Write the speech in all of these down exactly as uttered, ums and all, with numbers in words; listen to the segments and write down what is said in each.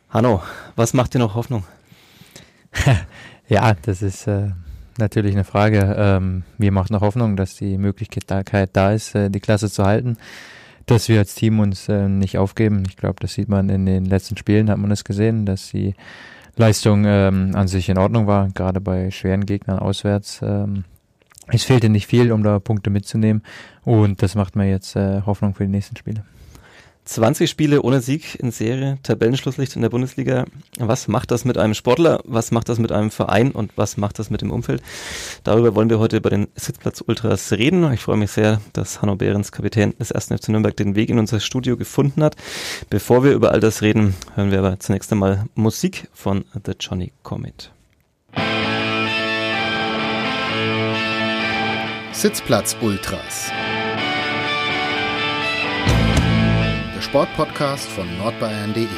Hanno, was macht dir noch Hoffnung? Ja, das ist äh, natürlich eine Frage. Ähm, mir macht noch Hoffnung, dass die Möglichkeit da ist, äh, die Klasse zu halten, dass wir als Team uns äh, nicht aufgeben. Ich glaube, das sieht man in den letzten Spielen, hat man es gesehen, dass die Leistung ähm, an sich in Ordnung war, gerade bei schweren Gegnern auswärts. Ähm, es fehlte nicht viel, um da Punkte mitzunehmen, und das macht mir jetzt äh, Hoffnung für die nächsten Spiele. zwanzig Spiele ohne Sieg in Serie, Tabellenschlusslicht in der Bundesliga. Was macht das mit einem Sportler? Was macht das mit einem Verein? Und was macht das mit dem Umfeld? Darüber wollen wir heute bei den Sitzplatz-Ultras reden. Ich freue mich sehr, dass Hanno Behrens, Kapitän des ersten F C Nürnberg, den Weg in unser Studio gefunden hat. Bevor wir über all das reden, hören wir aber zunächst einmal Musik von The Johnny Comet. Sitzplatz-Ultras. Sportpodcast von nordbayern punkt de.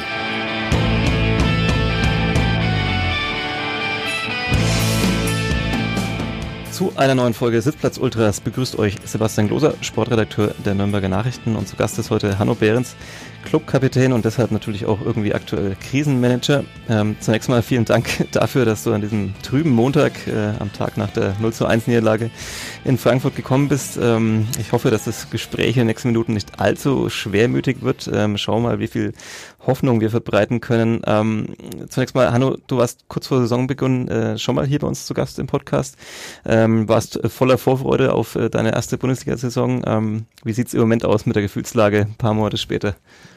Zu einer neuen Folge Sitzplatz Ultras begrüßt euch Sebastian Gloser, Sportredakteur der Nürnberger Nachrichten, und zu Gast ist heute Hanno Behrens, Clubkapitän und deshalb natürlich auch irgendwie aktuell Krisenmanager. Ähm, zunächst mal vielen Dank dafür, dass du an diesem trüben Montag, äh, am Tag nach der null zu eins Niederlage in Frankfurt gekommen bist. Ähm, ich hoffe, dass das Gespräch in den nächsten Minuten nicht allzu schwermütig wird. Ähm, schauen wir mal, wie viel Hoffnung wir verbreiten können. Ähm, zunächst mal, Hanno, du warst kurz vor Saisonbeginn äh, schon mal hier bei uns zu Gast im Podcast. Ähm, warst voller Vorfreude auf äh, deine erste Bundesliga-Saison. Ähm, wie sieht's im Moment aus mit der Gefühlslage ein paar Monate später?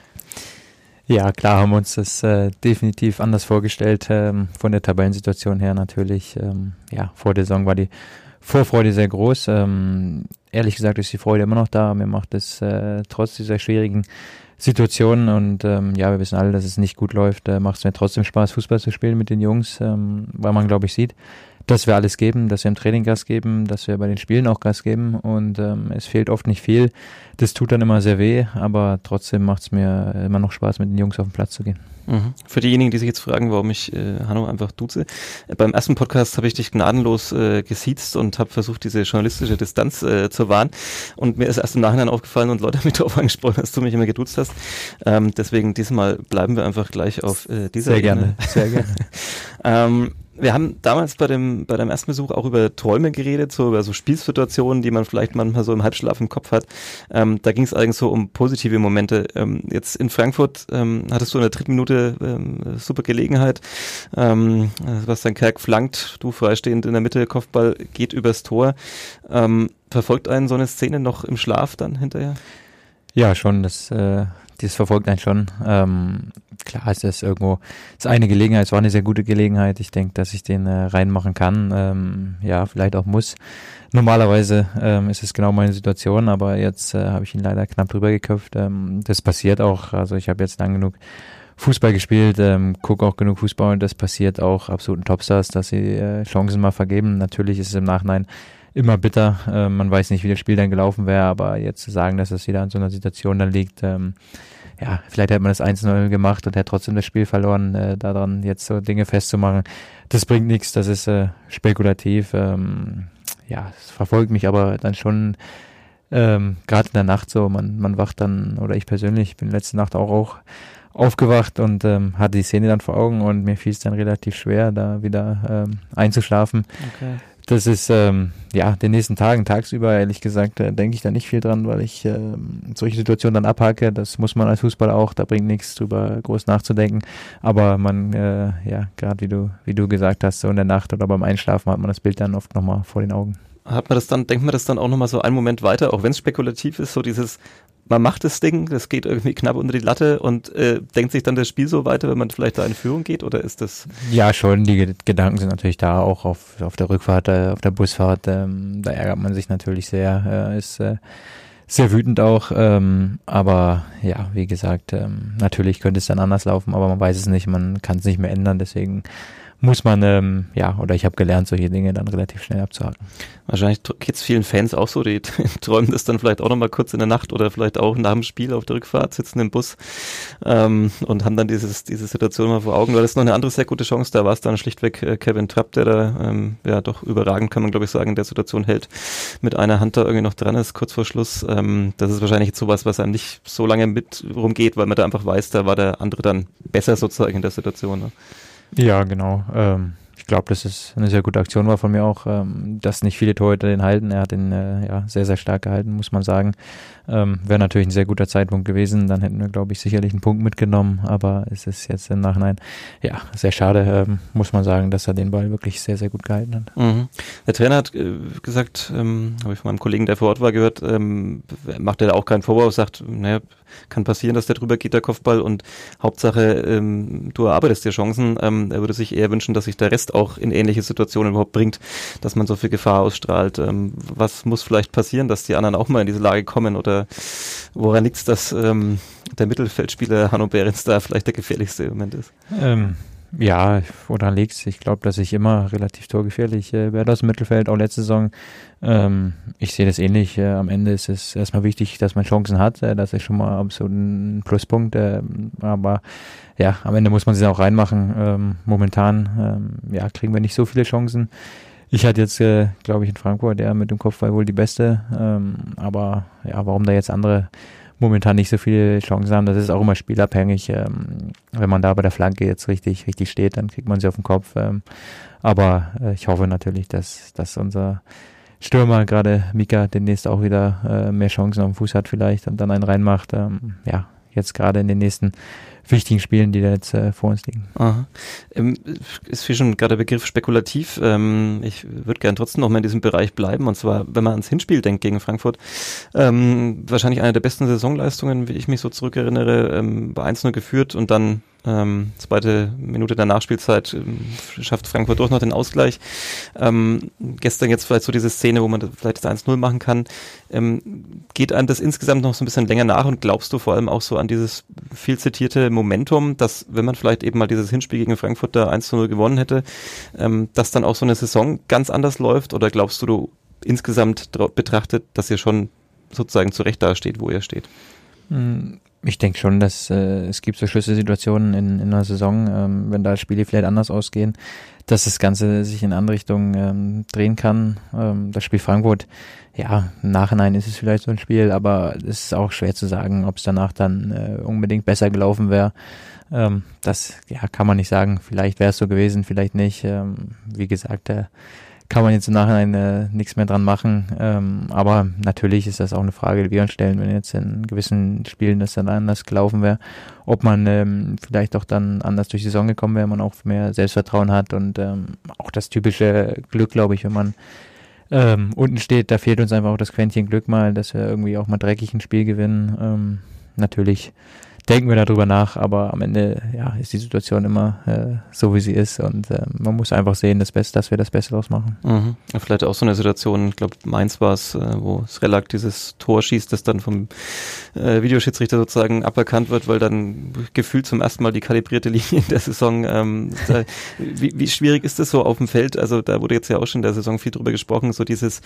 Ja, klar haben wir uns das äh, definitiv anders vorgestellt, ähm, von der Tabellensituation her natürlich. Ähm, ja, vor der Saison war die Vorfreude sehr groß. Ähm, ehrlich gesagt ist die Freude immer noch da. Mir macht es äh, trotz dieser schwierigen Situation, und ähm, ja, wir wissen alle, dass es nicht gut läuft, äh, macht es mir trotzdem Spaß, Fußball zu spielen mit den Jungs, ähm, weil man, glaube ich, sieht, dass wir alles geben, dass wir im Training Gas geben, dass wir bei den Spielen auch Gas geben, und ähm, es fehlt oft nicht viel. Das tut dann immer sehr weh, aber trotzdem macht es mir immer noch Spaß, mit den Jungs auf den Platz zu gehen. Mhm. Für diejenigen, die sich jetzt fragen, warum ich äh, Hanno einfach duze. Äh, beim ersten Podcast habe ich dich gnadenlos äh, gesiezt und habe versucht, diese journalistische Distanz äh, zu wahren. Und mir ist erst im Nachhinein aufgefallen und Leute haben mich darauf angesprochen, dass du mich immer geduzt hast. Ähm, deswegen diesmal bleiben wir einfach gleich auf äh, dieser Sehr Ebene. gerne, sehr gerne. ähm, Wir haben damals bei dem bei deinem ersten Besuch auch über Träume geredet, so über so Spielsituationen, die man vielleicht manchmal so im Halbschlaf im Kopf hat. Ähm, da ging es eigentlich so um positive Momente. Ähm, jetzt in Frankfurt ähm, hattest du in der dritten Minute ähm, super Gelegenheit. Ähm, Sebastian Kerk flankt, du freistehend in der Mitte, Kopfball geht übers Tor. Ähm, verfolgt einen so eine Szene noch im Schlaf dann hinterher? Ja, schon, das äh Das verfolgt einen schon. Ähm, klar ist das irgendwo, ist eine Gelegenheit, es war eine sehr gute Gelegenheit. Ich denke, dass ich den äh, reinmachen kann. Ähm, ja, vielleicht auch muss. Normalerweise ähm, ist es genau meine Situation, aber jetzt äh, habe ich ihn leider knapp drüber geköpft. Ähm, das passiert auch. Also ich habe jetzt lang genug Fußball gespielt, ähm, gucke auch genug Fußball, und das passiert auch absoluten Topstars, dass sie äh, Chancen mal vergeben. Natürlich ist es im Nachhinein immer bitter. Äh, man weiß nicht, wie das Spiel dann gelaufen wäre, aber jetzt zu sagen, dass es wieder an so einer Situation dann liegt, ähm, ja, vielleicht hätte man das eins null gemacht und hätte trotzdem das Spiel verloren. Äh, daran jetzt so Dinge festzumachen, das bringt nichts, das ist äh, spekulativ. Ähm, ja, es verfolgt mich aber dann schon, ähm, gerade in der Nacht so. Man, man wacht dann, oder ich persönlich bin letzte Nacht auch, auch aufgewacht und ähm, hatte die Szene dann vor Augen, und mir fiel es dann relativ schwer, da wieder ähm, einzuschlafen. Okay. Das ist, ähm, ja, den nächsten Tagen, tagsüber, ehrlich gesagt, äh, denke ich da nicht viel dran, weil ich äh, solche Situationen dann abhake. Das muss man als Fußballer auch, da bringt nichts drüber groß nachzudenken. Aber man, äh, ja, gerade wie du, wie du gesagt hast, so in der Nacht oder beim Einschlafen hat man das Bild dann oft nochmal vor den Augen. Hat man das dann, denkt man das dann auch nochmal so einen Moment weiter, auch wenn es spekulativ ist, so dieses, man macht das Ding, das geht irgendwie knapp unter die Latte, und äh, denkt sich dann das Spiel so weiter, wenn man vielleicht da in Führung geht, oder ist das? Ja, schon, die G- Gedanken sind natürlich da, auch auf, auf der Rückfahrt, äh, auf der Busfahrt, ähm, da ärgert man sich natürlich sehr, äh, ist äh, sehr wütend auch, ähm, aber ja, wie gesagt, ähm, natürlich könnte es dann anders laufen, aber man weiß es nicht, man kann es nicht mehr ändern, deswegen muss man, ähm, ja, oder ich habe gelernt, solche Dinge dann relativ schnell abzuhaken. Wahrscheinlich geht es vielen Fans auch so, die träumen das dann vielleicht auch nochmal kurz in der Nacht oder vielleicht auch nach dem Spiel auf der Rückfahrt, sitzen im Bus ähm, und haben dann dieses, diese Situation mal vor Augen. Du hattest noch eine andere sehr gute Chance, da war es dann schlichtweg äh, Kevin Trapp, der da ähm, ja doch überragend, kann man glaube ich sagen, in der Situation hält, mit einer Hand da irgendwie noch dran ist, kurz vor Schluss. Ähm, das ist wahrscheinlich jetzt sowas, was einem nicht so lange mit rumgeht, weil man da einfach weiß, da war der andere dann besser sozusagen in der Situation. Ne? Ja, genau. Ähm, ich glaube, dass es eine sehr gute Aktion war von mir auch, ähm, dass nicht viele Torhüter den halten. Er hat den äh, ja, sehr, sehr stark gehalten, muss man sagen. Ähm, wäre natürlich ein sehr guter Zeitpunkt gewesen. Dann hätten wir, glaube ich, sicherlich einen Punkt mitgenommen. Aber es ist jetzt im Nachhinein, ja, sehr schade, ähm, muss man sagen, dass er den Ball wirklich sehr, sehr gut gehalten hat. Mhm. Der Trainer hat äh, gesagt, ähm, habe ich von meinem Kollegen, der vor Ort war, gehört, ähm, macht er da auch keinen Vorwurf, sagt, naja, kann passieren, dass der drüber geht, der Kopfball, und Hauptsache, ähm, du erarbeitest dir Chancen. Ähm, er würde sich eher wünschen, dass sich der Rest auch in ähnliche Situationen überhaupt bringt, dass man so viel Gefahr ausstrahlt. Ähm, was muss vielleicht passieren, dass die anderen auch mal in diese Lage kommen, oder woran liegt es, dass ähm, der Mittelfeldspieler Hanno Behrens da vielleicht der gefährlichste im Moment ist? Ähm, ja, woran liegt's? Ich glaube, dass ich immer relativ torgefährlich äh, werde aus dem Mittelfeld, auch letzte Saison. Ähm, ich sehe das ähnlich. Äh, am Ende ist es erstmal wichtig, dass man Chancen hat. Äh, das ist schon mal absolut ein Pluspunkt. Äh, aber ja, am Ende muss man sie auch reinmachen. Ähm, momentan ähm, ja, kriegen wir nicht so viele Chancen. Ich hatte jetzt, äh, glaube ich, in Frankfurt, der mit dem Kopfball wohl die beste. Ähm, aber ja, warum da jetzt andere momentan nicht so viele Chancen haben, das ist auch immer spielabhängig. Ähm, wenn man da bei der Flanke jetzt richtig, richtig steht, dann kriegt man sie auf den Kopf. Ähm, aber äh, ich hoffe natürlich, dass, dass unser Stürmer, gerade Mika, demnächst auch wieder äh, mehr Chancen auf dem Fuß hat vielleicht und dann einen reinmacht. Ähm, ja, jetzt gerade in den nächsten wichtigen Spielen, die da jetzt äh, vor uns liegen. Aha. Ähm, ist wie schon gerade der Begriff spekulativ. Ähm, ich würde gern trotzdem noch mal in diesem Bereich bleiben, und zwar, wenn man ans Hinspiel denkt gegen Frankfurt, ähm, wahrscheinlich eine der besten Saisonleistungen, wie ich mich so zurückerinnere, ähm, bei eins null geführt und dann Ähm, zweite Minute der Nachspielzeit ähm, schafft Frankfurt durch noch den Ausgleich. Ähm, gestern jetzt vielleicht so diese Szene, wo man vielleicht das eins null machen kann. Ähm, geht einem das insgesamt noch so ein bisschen länger nach, und glaubst du vor allem auch so an dieses viel zitierte Momentum, dass, wenn man vielleicht eben mal dieses Hinspiel gegen Frankfurt da eins zu null gewonnen hätte, ähm, dass dann auch so eine Saison ganz anders läuft? Oder glaubst du, du insgesamt betrachtet, dass ihr schon sozusagen zu Recht da steht, wo ihr steht? Ich denke schon, dass äh, es gibt so Schlüsselsituationen in, in einer Saison, ähm, wenn da Spiele vielleicht anders ausgehen, dass das Ganze sich in eine andere Richtung ähm, drehen kann. Ähm, das Spiel Frankfurt, ja, im Nachhinein ist es vielleicht so ein Spiel, aber es ist auch schwer zu sagen, ob es danach dann äh, unbedingt besser gelaufen wäre. Ähm, das ja, kann man nicht sagen. Vielleicht wäre es so gewesen, vielleicht nicht. Ähm, wie gesagt, der kann man jetzt im Nachhinein äh, nichts mehr dran machen. Ähm, aber natürlich ist das auch eine Frage, die wir uns stellen, wenn jetzt in gewissen Spielen das dann anders gelaufen wäre, ob man ähm, vielleicht auch dann anders durch die Saison gekommen wäre, man auch mehr Selbstvertrauen hat und ähm, auch das typische Glück, glaube ich, wenn man ähm, unten steht, da fehlt uns einfach auch das Quäntchen Glück mal, dass wir irgendwie auch mal dreckig ein Spiel gewinnen. Ähm, natürlich denken wir darüber nach, aber am Ende ja, ist die Situation immer äh, so, wie sie ist, und äh, man muss einfach sehen, das Beste, dass wir das Beste draus machen. Mhm. Vielleicht auch so eine Situation, ich glaube Mainz war es, äh, wo Srelak dieses Tor schießt, das dann vom äh, Videoschiedsrichter sozusagen aberkannt wird, weil dann gefühlt zum ersten Mal die kalibrierte Linie in der Saison, ähm, da, wie, wie schwierig ist das so auf dem Feld? Also da wurde jetzt ja auch schon in der Saison viel drüber gesprochen, so dieses,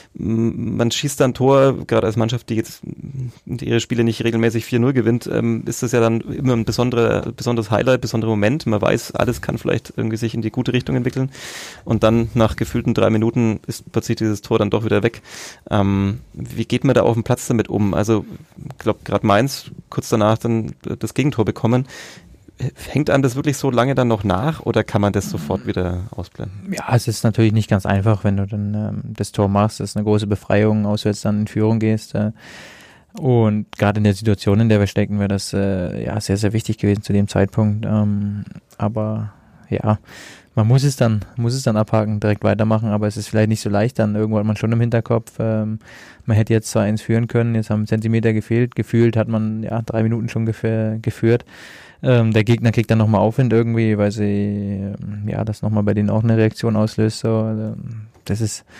man schießt dann Tor, gerade als Mannschaft, die jetzt ihre Spiele nicht regelmäßig vier null gewinnt, ähm, ist das ja dann immer ein besonderer, besonderes Highlight, besonderer Moment. Man weiß, alles kann vielleicht irgendwie sich in die gute Richtung entwickeln, und dann nach gefühlten drei Minuten ist plötzlich dieses Tor dann doch wieder weg. Ähm, wie geht man da auf dem Platz damit um? Also ich glaube, gerade Mainz kurz danach dann das Gegentor bekommen. Hängt einem das wirklich so lange dann noch nach, oder kann man das sofort wieder ausblenden? Ja, es ist natürlich nicht ganz einfach, wenn du dann ähm, das Tor machst. Das ist eine große Befreiung, auswärts dann in Führung gehst. Äh, Und gerade in der Situation, in der wir stecken, wäre das äh, ja sehr, sehr wichtig gewesen zu dem Zeitpunkt. Ähm, aber ja, man muss es dann, muss es dann abhaken, direkt weitermachen, aber es ist vielleicht nicht so leicht dann. Irgendwo hat man schon im Hinterkopf, ähm, man hätte jetzt zwei eins führen können, jetzt haben Zentimeter gefehlt, gefühlt hat man ja drei Minuten schon gef- geführt. Ähm, der Gegner kriegt dann nochmal Aufwind irgendwie, weil sie, ähm, ja, das nochmal bei denen auch eine Reaktion auslöst. So, ähm, das ist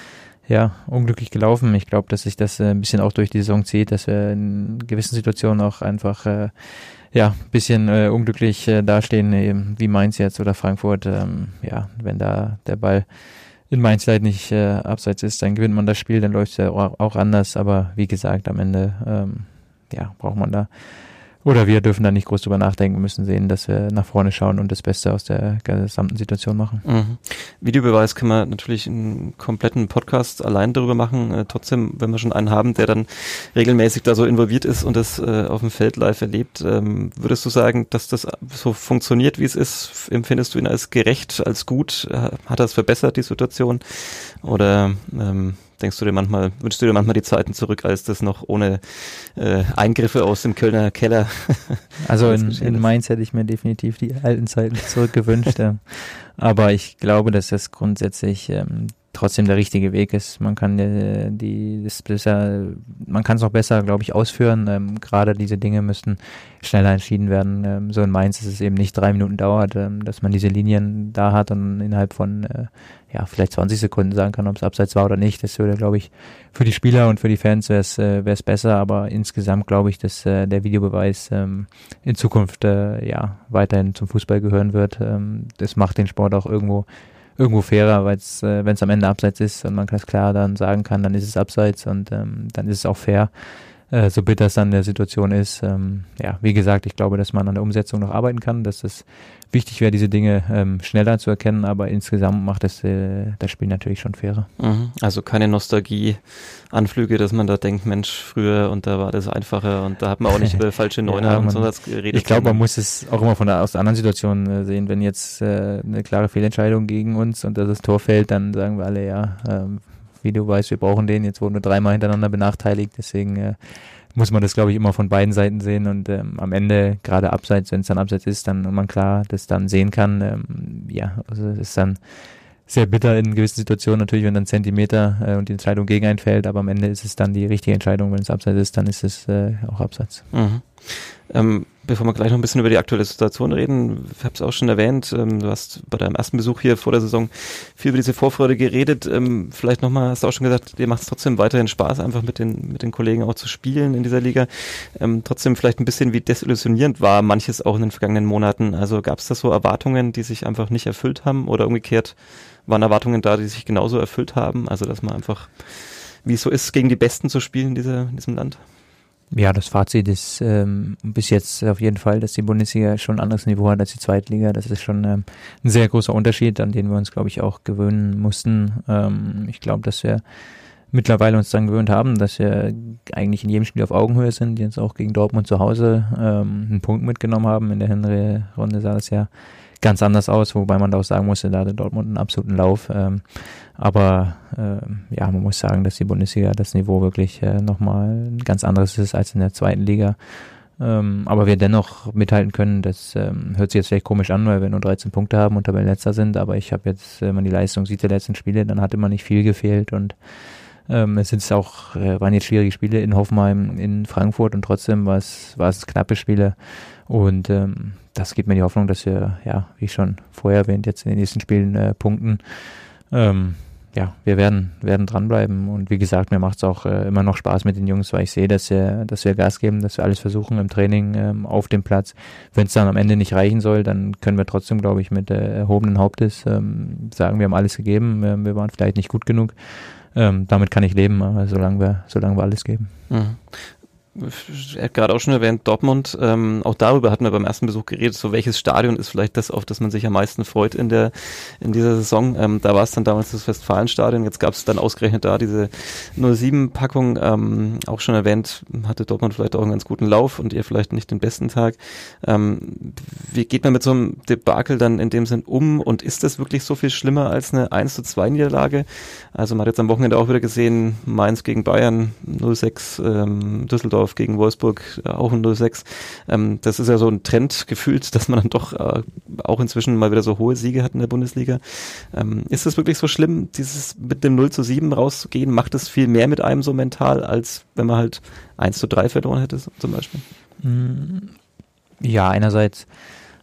ja, unglücklich gelaufen. Ich glaube, dass sich das äh, ein bisschen auch durch die Saison zieht, dass wir in gewissen Situationen auch einfach äh, ja, ein bisschen äh, unglücklich äh, dastehen, eben wie Mainz jetzt oder Frankfurt. Ähm, ja, wenn da der Ball in Mainz halt nicht äh, abseits ist, dann gewinnt man das Spiel, dann läuft es ja auch, auch anders. Aber wie gesagt, am Ende ähm, ja, braucht man da oder wir dürfen da nicht groß drüber nachdenken, wir müssen sehen, dass wir nach vorne schauen und das Beste aus der gesamten Situation machen. Mhm. Videobeweis kann man natürlich einen kompletten Podcast allein darüber machen. Äh, trotzdem, wenn wir schon einen haben, der dann regelmäßig da so involviert ist und das äh, auf dem Feld live erlebt, ähm, würdest du sagen, dass das so funktioniert, wie es ist? Empfindest du ihn als gerecht, als gut? Hat er es verbessert, die Situation? Oder ähm, denkst du dir manchmal, wünschst du dir manchmal die Zeiten zurück, als das noch ohne äh, Eingriffe aus dem Kölner Keller? Also in, in Mainz hätte ich mir definitiv die alten Zeiten zurückgewünscht. ja. Aber ich glaube, dass das grundsätzlich ähm, trotzdem der richtige Weg ist. Man kann äh, die, das besser, man kann es auch besser, glaube ich, ausführen. Ähm, gerade diese Dinge müssten schneller entschieden werden. Ähm, so in Mainz ist es eben nicht drei Minuten dauert, ähm, dass man diese Linien da hat und innerhalb von äh, ja vielleicht zwanzig Sekunden sagen kann, ob es abseits war oder nicht. Das würde, glaube ich, für die Spieler und für die Fans wäre es äh, wäre es besser. Aber insgesamt glaube ich, dass äh, der Videobeweis ähm, in Zukunft äh, ja weiterhin zum Fußball gehören wird. Ähm, das macht den Sport auch irgendwo irgendwo fairer, weil es, äh, wenn es am Ende abseits ist und man ganz klar dann sagen kann, dann ist es abseits und ähm, dann ist es auch fair, äh, so bitter es dann in der Situation ist. Ähm, ja, wie gesagt, ich glaube, dass man an der Umsetzung noch arbeiten kann, dass es wichtig wäre, diese Dinge ähm, schneller zu erkennen, aber insgesamt macht es äh, das Spiel natürlich schon fairer. Mhm. Also keine Nostalgie-Anflüge, dass man da denkt, Mensch, früher und da war das einfacher und da hat man auch nicht über falsche Neuner ja, und sowas geredet. Ich glaube, man muss es auch immer von der, aus der anderen Situation äh, sehen. Wenn jetzt äh, eine klare Fehlentscheidung gegen uns und das Tor fällt, dann sagen wir alle, ja, ähm, wie du weißt, wir brauchen den. Jetzt wurden wir dreimal hintereinander benachteiligt, deswegen äh, muss man das, glaube ich, immer von beiden Seiten sehen und ähm, am Ende, gerade abseits, wenn es dann abseits ist, dann und man klar das dann sehen kann, ähm, ja, also es ist dann sehr bitter in gewissen Situationen natürlich, wenn dann Zentimeter äh, und die Entscheidung gegen einen fällt, aber am Ende ist es dann die richtige Entscheidung, wenn es abseits ist, dann ist es äh, auch abseits. Mhm. Ähm, bevor wir gleich noch ein bisschen über die aktuelle Situation reden, ich habe es auch schon erwähnt, ähm, du hast bei deinem ersten Besuch hier vor der Saison viel über diese Vorfreude geredet, ähm, vielleicht nochmal, hast du auch schon gesagt, dir macht es trotzdem weiterhin Spaß, einfach mit den mit den Kollegen auch zu spielen in dieser Liga, ähm, trotzdem vielleicht ein bisschen wie desillusionierend war manches auch in den vergangenen Monaten, also gab es da so Erwartungen, die sich einfach nicht erfüllt haben oder umgekehrt waren Erwartungen da, die sich genauso erfüllt haben, also dass man einfach, wie es so ist, gegen die Besten zu spielen in, dieser, in diesem Land? Ja, das Fazit ist ähm, bis jetzt auf jeden Fall, dass die Bundesliga schon ein anderes Niveau hat als die Zweitliga. Das ist schon ähm, ein sehr großer Unterschied, an den wir uns, glaube ich, auch gewöhnen mussten. Ähm, ich glaube, dass wir mittlerweile uns daran gewöhnt haben, dass wir eigentlich in jedem Spiel auf Augenhöhe sind, die jetzt auch gegen Dortmund zu Hause ähm, einen Punkt mitgenommen haben. In der Hinrunde sah das ja ganz anders aus, wobei man da auch sagen musste, da hatte Dortmund einen absoluten Lauf. Ähm, aber äh, ja, man muss sagen, dass die Bundesliga das Niveau wirklich äh, nochmal ein ganz anderes ist als in der zweiten Liga. Ähm, aber wir dennoch mithalten können, das ähm, hört sich jetzt vielleicht komisch an, weil wir nur dreizehn Punkte haben und Tabellenletzter sind, aber ich habe jetzt, wenn man die Leistung sieht der letzten Spiele, dann hat immer nicht viel gefehlt und ähm, es sind auch, äh, waren jetzt schwierige Spiele in Hoffenheim, in Frankfurt und trotzdem war es, war es knappe Spiele und ähm, das gibt mir die Hoffnung, dass wir, ja, wie schon vorher erwähnt, jetzt in den nächsten Spielen äh, punkten. Ähm, ja, wir werden werden dranbleiben und wie gesagt, mir macht es auch äh, immer noch Spaß mit den Jungs, weil ich sehe, dass wir, dass wir Gas geben, dass wir alles versuchen im Training, ähm, auf dem Platz. Wenn es dann am Ende nicht reichen soll, dann können wir trotzdem, glaube ich, mit äh, erhobenen Hauptes ähm, sagen, wir haben alles gegeben, äh, wir waren vielleicht nicht gut genug. Ähm, damit kann ich leben, aber solange wir, solange wir alles geben. Mhm. Er hat gerade auch schon erwähnt, Dortmund, ähm, auch darüber hatten wir beim ersten Besuch geredet, so welches Stadion ist vielleicht das, auf das man sich am meisten freut in der in dieser Saison. Ähm, da war es dann damals das Westfalenstadion, jetzt gab es dann ausgerechnet da diese null sieben Packung, ähm, auch schon erwähnt, hatte Dortmund vielleicht auch einen ganz guten Lauf und ihr vielleicht nicht den besten Tag. Ähm, wie geht man mit so einem Debakel dann in dem Sinn um und ist das wirklich so viel schlimmer als eine eins zu zwei Niederlage? Also man hat jetzt am Wochenende auch wieder gesehen, Mainz gegen Bayern null sechs, ähm, Düsseldorf gegen Wolfsburg auch ein null sechs. Ähm, das ist ja so ein Trend gefühlt, dass man dann doch äh, auch inzwischen mal wieder so hohe Siege hat in der Bundesliga. Ähm, ist das wirklich so schlimm, dieses mit dem null zu sieben rauszugehen? Macht es viel mehr mit einem so mental, als wenn man halt eins zu drei verloren hätte zum Beispiel? Ja, einerseits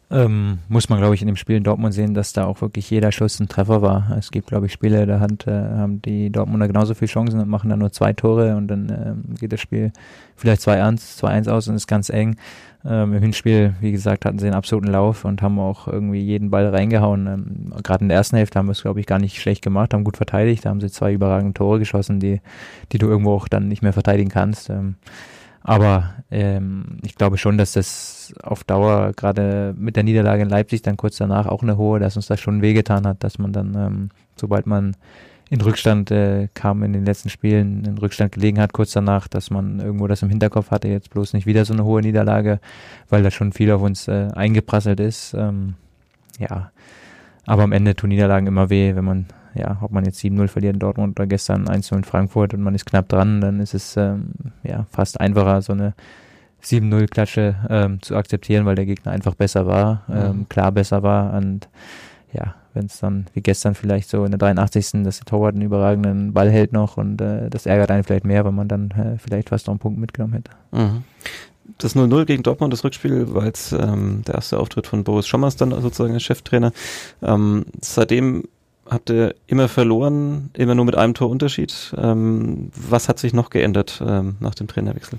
Ähm, muss man, glaube ich, in dem Spiel in Dortmund sehen, dass da auch wirklich jeder Schuss ein Treffer war. Es gibt, glaube ich, Spiele, da hat, äh, haben die Dortmunder genauso viele Chancen und machen dann nur zwei Tore und dann ähm, geht das Spiel vielleicht zwei eins, zwei eins aus und ist ganz eng. Ähm, Im Hinspiel, wie gesagt, hatten sie einen absoluten Lauf und haben auch irgendwie jeden Ball reingehauen. Ähm, Gerade in der ersten Hälfte haben wir es, glaube ich, gar nicht schlecht gemacht, haben gut verteidigt, da haben sie zwei überragende Tore geschossen, die, die du irgendwo auch dann nicht mehr verteidigen kannst. Ähm, Aber ähm, ich glaube schon, dass das auf Dauer, gerade mit der Niederlage in Leipzig, dann kurz danach auch eine hohe, dass uns das schon wehgetan hat, dass man dann, ähm, sobald man in Rückstand äh, kam in den letzten Spielen, in Rückstand gelegen hat, kurz danach, dass man irgendwo das im Hinterkopf hatte, jetzt bloß nicht wieder so eine hohe Niederlage, weil da schon viel auf uns äh, eingeprasselt ist. Ähm, ja, aber am Ende tun Niederlagen immer weh, wenn man ja, ob man jetzt sieben null verliert in Dortmund oder gestern eins null in Frankfurt und man ist knapp dran, dann ist es ähm, ja fast einfacher, so eine sieben null Klatsche ähm, zu akzeptieren, weil der Gegner einfach besser war, ähm, mhm. klar besser war und ja, wenn es dann wie gestern vielleicht so in der dreiundachtzigsten dass der Torwart einen überragenden Ball hält noch und äh, das ärgert einen vielleicht mehr, weil man dann äh, vielleicht fast noch einen Punkt mitgenommen hätte. Mhm. Das null null gegen Dortmund, das Rückspiel, war jetzt ähm, der erste Auftritt von Boris Schommers dann sozusagen als Cheftrainer. Ähm, seitdem habt ihr immer verloren, immer nur mit einem Torunterschied. Ähm, was hat sich noch geändert ähm, nach dem Trainerwechsel?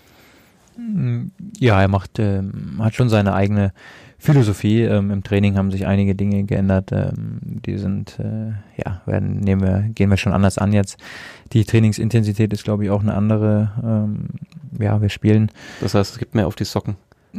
Ja, er macht, ähm, hat schon seine eigene Philosophie. Ähm, Im Training haben sich einige Dinge geändert. Ähm, die sind, äh, ja, werden, nehmen wir, gehen wir schon anders an jetzt. Die Trainingsintensität ist, glaube ich, auch eine andere. Ähm, ja, wir spielen. Das heißt, es gibt mehr auf die Socken.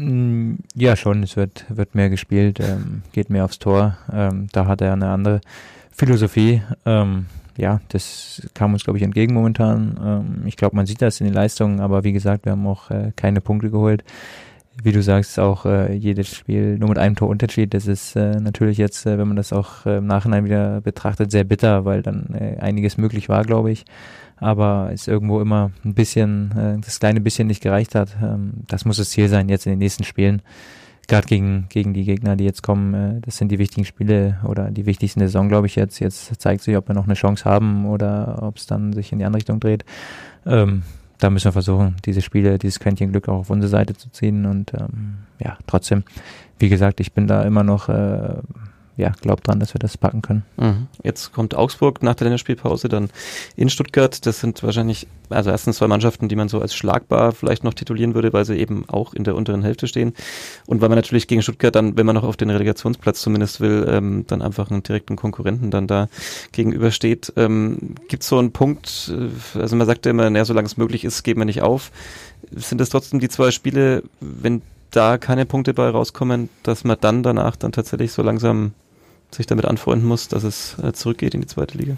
Ja, schon. Es wird, wird mehr gespielt, ähm, geht mehr aufs Tor. Ähm, da hat er eine andere Philosophie, ähm, ja, das kam uns, glaube ich, entgegen momentan. Ähm, ich glaube, man sieht das in den Leistungen, aber wie gesagt, wir haben auch äh, keine Punkte geholt. Wie du sagst, auch äh, jedes Spiel nur mit einem Torunterschied. Das ist äh, natürlich jetzt, äh, wenn man das auch äh, im Nachhinein wieder betrachtet, sehr bitter, weil dann äh, einiges möglich war, glaube ich. Aber es irgendwo immer ein bisschen, äh, das kleine bisschen nicht gereicht hat. Ähm, das muss das Ziel sein jetzt in den nächsten Spielen. Gerade gegen, gegen die Gegner, die jetzt kommen, äh, das sind die wichtigen Spiele oder die wichtigsten der Saison, glaube ich, jetzt. Jetzt zeigt sich, ob wir noch eine Chance haben oder ob es dann sich in die andere Richtung dreht. Ähm, da müssen wir versuchen, diese Spiele, dieses Quäntchen Glück auch auf unsere Seite zu ziehen. Und ähm, ja, trotzdem, wie gesagt, ich bin da immer noch, äh, ja, glaub dran, dass wir das packen können. Mhm. Jetzt kommt Augsburg nach der Länderspielpause, dann in Stuttgart. Das sind wahrscheinlich, also erstens zwei Mannschaften, die man so als schlagbar vielleicht noch titulieren würde, weil sie eben auch in der unteren Hälfte stehen. Und weil man natürlich gegen Stuttgart dann, wenn man noch auf den Relegationsplatz zumindest will, ähm, dann einfach einen direkten Konkurrenten dann da gegenübersteht. Ähm, gibt es so einen Punkt, also man sagt ja immer, naja, solange es möglich ist, geben wir nicht auf. Sind das trotzdem die zwei Spiele, wenn da keine Punkte bei rauskommen, dass man dann danach dann tatsächlich so langsam sich damit anfreunden muss, dass es äh, zurückgeht in die zweite Liga?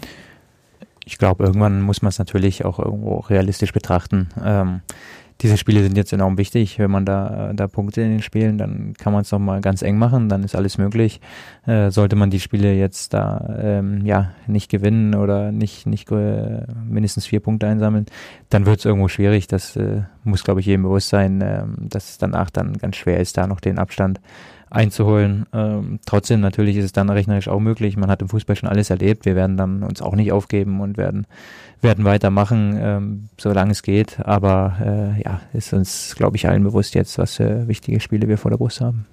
Ich glaube, irgendwann muss man es natürlich auch irgendwo realistisch betrachten. Ähm, diese Spiele sind jetzt enorm wichtig. Wenn man da, da Punkte in den Spielen, dann kann man es nochmal ganz eng machen, dann ist alles möglich. Äh, sollte man die Spiele jetzt da ähm, ja nicht gewinnen oder nicht, nicht äh, mindestens vier Punkte einsammeln, dann wird es irgendwo schwierig. Das äh, muss, glaube ich, jedem bewusst sein, äh, dass es danach dann ganz schwer ist, da noch den Abstand einzuholen. Ähm, trotzdem natürlich ist es dann rechnerisch auch möglich. Man hat im Fußball schon alles erlebt. Wir werden dann uns auch nicht aufgeben und werden werden weitermachen, ähm, solange es geht. Aber äh, ja, ist uns, glaube ich, allen bewusst jetzt, was für wichtige Spiele wir vor der Brust haben.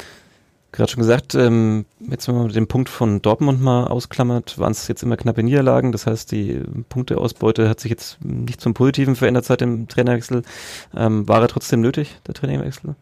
Gerade schon gesagt, ähm, jetzt wenn man den Punkt von Dortmund mal ausklammert, waren es jetzt immer knappe Niederlagen. Das heißt, die Punkteausbeute hat sich jetzt nicht zum Positiven verändert seit dem Trainerwechsel. Ähm, war er trotzdem nötig, der Trainerwechsel?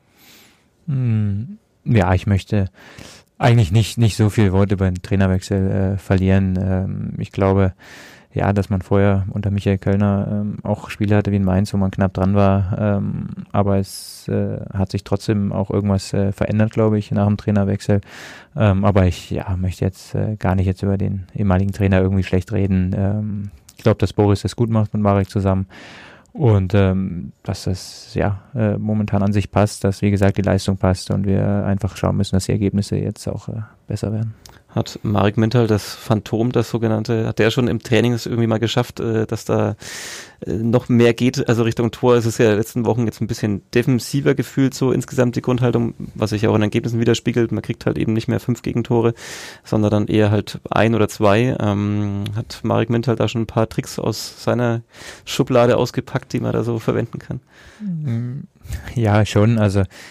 Hm. Ja, ich möchte eigentlich nicht nicht so viel Worte über den Trainerwechsel äh, verlieren. Ähm, ich glaube, ja, dass man vorher unter Michael Kölner ähm, auch Spiele hatte wie in Mainz, wo man knapp dran war. Ähm, aber es äh, hat sich trotzdem auch irgendwas äh, verändert, glaube ich, nach dem Trainerwechsel. Ähm, aber ich ja möchte jetzt äh, gar nicht jetzt über den ehemaligen Trainer irgendwie schlecht reden. Ähm, ich glaube, dass Boris das gut macht mit Marek zusammen. Und ähm, dass das ja äh, momentan an sich passt, dass wie gesagt die Leistung passt und wir einfach schauen müssen, dass die Ergebnisse jetzt auch äh, besser werden. Hat Marek Mintal, das Phantom, das sogenannte, hat der schon im Training es irgendwie mal geschafft, äh, dass da äh, noch mehr geht, also Richtung Tor? Es ist ja in den letzten Wochen jetzt ein bisschen defensiver gefühlt, so insgesamt die Grundhaltung, was sich auch in den Ergebnissen widerspiegelt. Man kriegt halt eben nicht mehr fünf Gegentore, sondern dann eher halt ein oder zwei. Ähm, hat Marek Mintal da schon ein paar Tricks aus seiner Schublade ausgepackt, die man da so verwenden kann? Ja, schon, also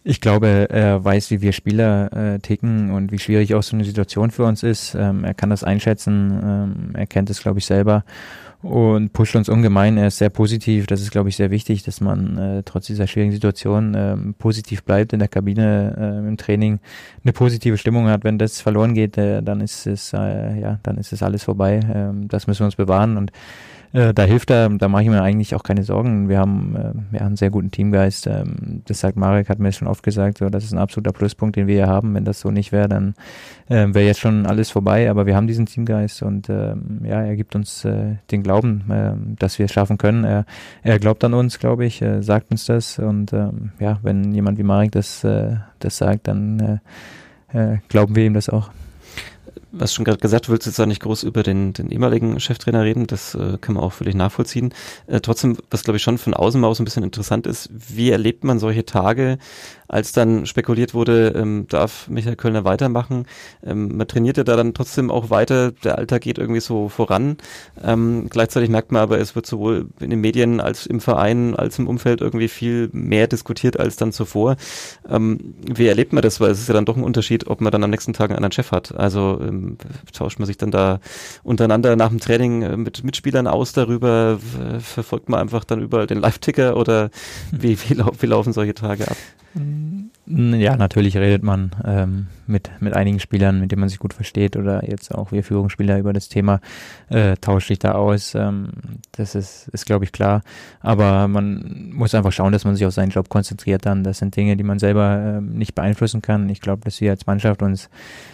Ich glaube, er weiß, wie wir Spieler äh, ticken und wie schwierig auch so eine Situation für uns ist. Ähm, er kann das einschätzen, ähm, er kennt es, glaube ich, selber und pusht uns ungemein. Er ist sehr positiv, das ist, glaube ich, sehr wichtig, dass man äh, trotz dieser schwierigen Situation ähm, positiv bleibt in der Kabine, äh, im Training, eine positive Stimmung hat. Wenn das verloren geht, äh, dann ist es äh, ja, dann ist es alles vorbei. Ähm, das müssen wir uns bewahren und Äh, da hilft er, da mache ich mir eigentlich auch keine Sorgen. Wir haben äh, ja, einen sehr guten Teamgeist. Ähm, das sagt Marek, hat mir schon oft gesagt, so, das ist ein absoluter Pluspunkt, den wir hier haben. Wenn das so nicht wäre, dann äh, wäre jetzt schon alles vorbei. Aber wir haben diesen Teamgeist und ähm, ja, er gibt uns äh, den Glauben, äh, dass wir es schaffen können. Er, er glaubt an uns, glaube ich, äh, sagt uns das. Und ähm, ja, wenn jemand wie Marek das, äh, das sagt, dann äh, äh, glauben wir ihm das auch. Du hast schon gerade gesagt, du willst jetzt da nicht groß über den, den ehemaligen Cheftrainer reden, das äh, kann man auch völlig nachvollziehen. Äh, trotzdem, was glaube ich schon von außen mal auch so ein bisschen interessant ist, wie erlebt man solche Tage, als dann spekuliert wurde, ähm, darf Michael Kölner weitermachen? Ähm, man trainiert ja da dann trotzdem auch weiter, der Alltag geht irgendwie so voran. Ähm, gleichzeitig merkt man aber, es wird sowohl in den Medien als im Verein, als im Umfeld irgendwie viel mehr diskutiert als dann zuvor. Ähm, wie erlebt man das? Weil es ist ja dann doch ein Unterschied, ob man dann am nächsten Tag einen anderen Chef hat. Also ähm, tauscht man sich dann da untereinander nach dem Training äh, mit Mitspielern aus darüber? Äh, verfolgt man einfach dann überall den Live-Ticker oder wie, wie, lau- wie laufen solche Tage ab? Ja, natürlich redet man ähm, mit mit einigen Spielern, mit denen man sich gut versteht oder jetzt auch wir Führungsspieler über das Thema, äh, tauscht sich da aus. Ähm, das ist, ist glaube ich, klar. Aber man muss einfach schauen, dass man sich auf seinen Job konzentriert dann. Das sind Dinge, die man selber ähm, nicht beeinflussen kann. Ich glaube, dass wir als Mannschaft uns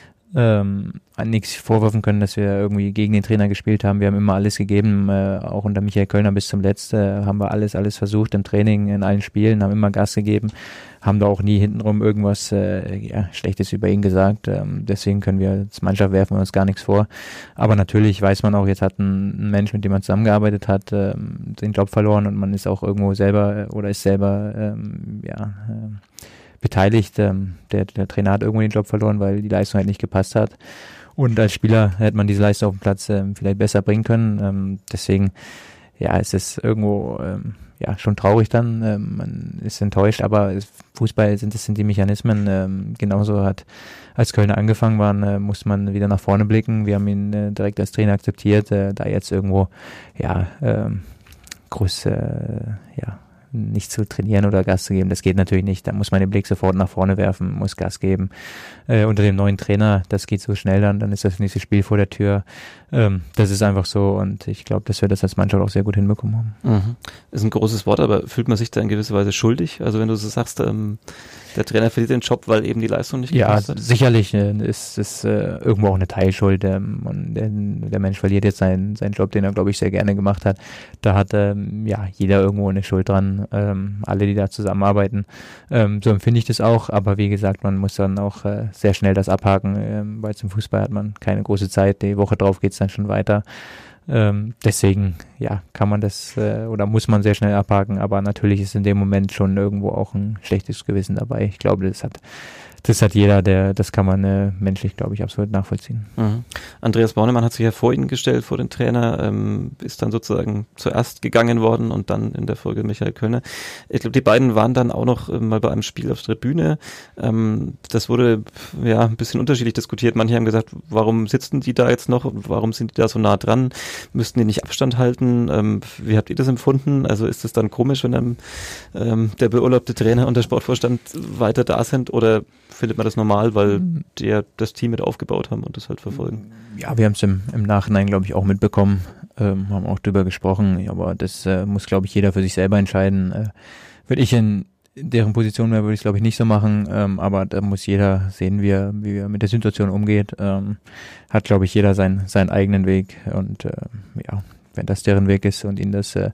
ähm, nichts vorwerfen können, dass wir irgendwie gegen den Trainer gespielt haben. Wir haben immer alles gegeben, äh, auch unter Michael Kölner bis zum Letzten äh, haben wir alles, alles versucht im Training, in allen Spielen, haben immer Gas gegeben, haben da auch nie hintenrum irgendwas äh, ja, Schlechtes über ihn gesagt. Ähm, deswegen können wir als Mannschaft werfen wir uns gar nichts vor. Aber natürlich weiß man auch, jetzt hat ein, ein Mensch, mit dem man zusammengearbeitet hat, ähm, den Job verloren und man ist auch irgendwo selber äh, oder ist selber ähm, ja äh, beteiligt. Ähm, der, der Trainer hat irgendwo den Job verloren, weil die Leistung halt nicht gepasst hat. Und als Spieler hätte man diese Leistung auf dem Platz ähm, vielleicht besser bringen können. Ähm, deswegen, ja, es ist irgendwo ähm, ja schon traurig dann. Ähm, man ist enttäuscht, aber Fußball sind das sind die Mechanismen. Ähm, genauso hat, als Kölner angefangen waren, äh, musste man wieder nach vorne blicken. Wir haben ihn äh, direkt als Trainer akzeptiert. Äh, da jetzt irgendwo, ja, ähm, groß, äh, ja, nicht zu trainieren oder Gas zu geben, das geht natürlich nicht. Da muss man den Blick sofort nach vorne werfen, muss Gas geben. Äh, unter dem neuen Trainer, das geht so schnell dann, dann ist das nächste Spiel vor der Tür. Ähm, das ist einfach so und ich glaube, dass wir das als Mannschaft auch sehr gut hinbekommen haben. Mhm. Ist ein großes Wort, aber fühlt man sich da in gewisser Weise schuldig? Also wenn du so sagst, ähm, der Trainer verliert den Job, weil eben die Leistung nicht gepasst hat? Ja, sicherlich äh, ist es äh, irgendwo auch eine Teilschuld. Ähm, und der, der Mensch verliert jetzt seinen, seinen Job, den er, glaube ich, sehr gerne gemacht hat. Da hat ähm, ja jeder irgendwo eine Schuld dran, ähm, alle, die da zusammenarbeiten. Ähm, so empfinde ich das auch, aber wie gesagt, man muss dann auch äh, sehr schnell das abhaken, ähm, weil zum Fußball hat man keine große Zeit, die Woche drauf geht's dann schon weiter. Ähm, deswegen, ja, kann man das äh, oder muss man sehr schnell abhaken, aber natürlich ist in dem Moment schon irgendwo auch ein schlechtes Gewissen dabei. Ich glaube, das hat das hat jeder, der, das kann man äh, menschlich, glaube ich, absolut nachvollziehen. Mhm. Andreas Bornemann hat sich ja vor ihn gestellt, vor den Trainer, ähm, ist dann sozusagen zuerst gegangen worden und dann in der Folge Michael Kölner. Ich glaube, die beiden waren dann auch noch äh, mal bei einem Spiel auf der Tribüne. Ähm, das wurde ja ein bisschen unterschiedlich diskutiert. Manche haben gesagt, warum sitzen die da jetzt noch? Warum sind die da so nah dran? Müssten die nicht Abstand halten? Ähm, wie habt ihr das empfunden? Also ist es dann komisch, wenn dann ähm, der beurlaubte Trainer und der Sportvorstand weiter da sind oder findet man das normal, weil die ja das Team mit aufgebaut haben und das halt verfolgen? Ja, wir haben es im, im Nachhinein, glaube ich, auch mitbekommen, ähm, haben auch drüber gesprochen, aber das äh, muss, glaube ich, jeder für sich selber entscheiden. Äh, würde ich in, in deren Position wäre, würde ich es, glaube ich, nicht so machen, ähm, aber da muss jeder sehen, wie er, wie er mit der Situation umgeht. Ähm, hat, glaube ich, jeder sein, seinen eigenen Weg und äh, ja, wenn das deren Weg ist und ihnen das äh,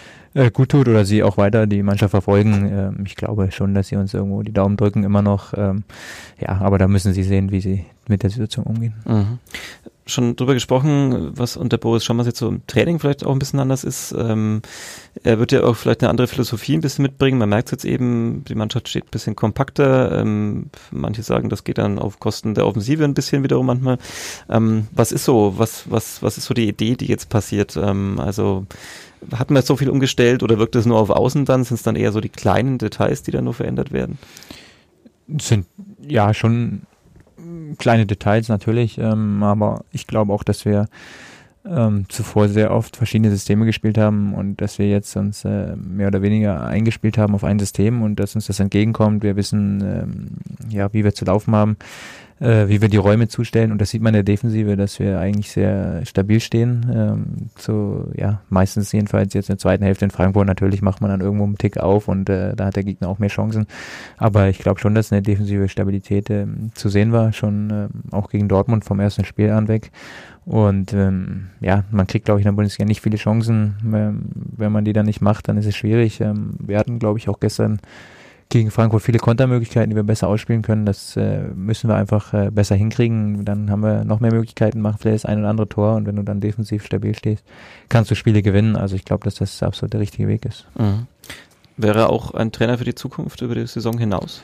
gut tut oder sie auch weiter die Mannschaft verfolgen. Ähm, ich glaube schon, dass sie uns irgendwo die Daumen drücken, immer noch. Ähm, ja, aber da müssen sie sehen, wie sie mit der Situation umgehen. Mhm. Schon drüber gesprochen, was unter Boris Schommers jetzt so im Training vielleicht auch ein bisschen anders ist. Ähm, er wird ja auch vielleicht eine andere Philosophie ein bisschen mitbringen. Man merkt es jetzt eben, die Mannschaft steht ein bisschen kompakter. Ähm, manche sagen, das geht dann auf Kosten der Offensive ein bisschen wiederum manchmal. Ähm, was ist so, was, was, was ist so die Idee, die jetzt passiert? Ähm, also, hat man jetzt so viel umgestellt oder wirkt es nur auf Außen dann? Sind es dann eher so die kleinen Details, die dann nur verändert werden? sind ja schon kleine Details natürlich, ähm, aber ich glaube auch, dass wir ähm, zuvor sehr oft verschiedene Systeme gespielt haben und dass wir jetzt uns äh, mehr oder weniger eingespielt haben auf ein System und dass uns das entgegenkommt. Wir wissen, ähm, ja, wie wir zu laufen haben, äh, wie wir die Räume zustellen und das sieht man in der Defensive, dass wir eigentlich sehr stabil stehen. Ähm, so, ja, meistens jedenfalls jetzt in der zweiten Hälfte in Frankfurt. Natürlich macht man dann irgendwo einen Tick auf und äh, da hat der Gegner auch mehr Chancen. Aber ich glaube schon, dass eine defensive Stabilität äh, zu sehen war, schon äh, auch gegen Dortmund vom ersten Spiel an weg. Und ähm, ja, man kriegt, glaube ich, in der Bundesliga nicht viele Chancen. Ähm, wenn man die dann nicht macht, dann ist es schwierig. Ähm, wir hatten, glaube ich, auch gestern gegen Frankfurt viele Kontermöglichkeiten, die wir besser ausspielen können. Das äh, müssen wir einfach äh, besser hinkriegen. Dann haben wir noch mehr Möglichkeiten, machen vielleicht das ein oder andere Tor. Und wenn du dann defensiv stabil stehst, kannst du Spiele gewinnen. Also ich glaube, dass das absolut der richtige Weg ist. Mhm. Wäre auch ein Trainer für die Zukunft über die Saison hinaus?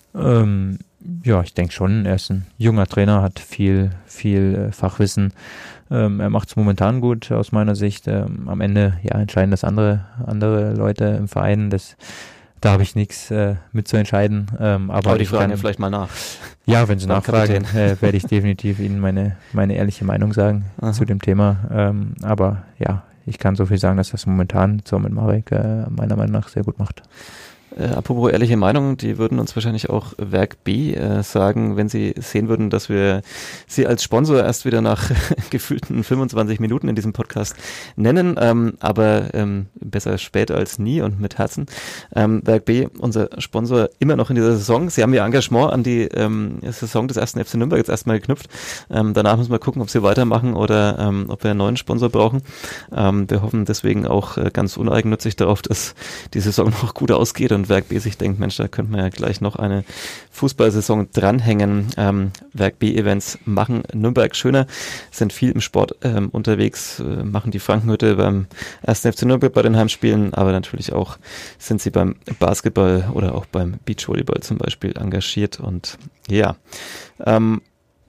Ähm, ja, ich denke schon. Er ist ein junger Trainer, hat viel, viel äh, Fachwissen. Ähm, er macht es momentan gut aus meiner Sicht. Ähm, am Ende ja entscheiden das andere, andere Leute im Verein. Das, da habe ich nichts äh, mit zu entscheiden. Ähm, aber, aber die ich fragen kann, ja vielleicht mal nach. Ja, wenn sie nachfragen, äh, werde ich definitiv Ihnen meine, meine ehrliche Meinung sagen Aha. zu dem Thema. Ähm, aber ja, ich kann so viel sagen, dass das momentan so mit Marek äh, meiner Meinung nach sehr gut macht. Äh, apropos ehrliche Meinung, die würden uns wahrscheinlich auch Werk B äh, sagen, wenn sie sehen würden, dass wir sie als Sponsor erst wieder nach gefühlten fünfundzwanzig Minuten in diesem Podcast nennen, ähm, aber ähm, besser spät als nie und mit Herzen. Ähm, Werk B, unser Sponsor, immer noch in dieser Saison. Sie haben ihr Engagement an die ähm, Saison des ersten F C Nürnberg jetzt erstmal geknüpft. Ähm, danach müssen wir gucken, ob sie weitermachen oder ähm, ob wir einen neuen Sponsor brauchen. Ähm, wir hoffen deswegen auch äh, ganz uneigennützig darauf, dass die Saison noch gut ausgeht und Werk B sich denkt, Mensch, da könnte man ja gleich noch eine Fußballsaison dranhängen. Ähm, Werk B-Events machen Nürnberg schöner, sind viel im Sport ähm, unterwegs, äh, machen die Frankenhütte beim ersten F C Nürnberg bei den Heimspielen, aber natürlich auch sind sie beim Basketball oder auch beim Beachvolleyball zum Beispiel engagiert und ja. Ähm,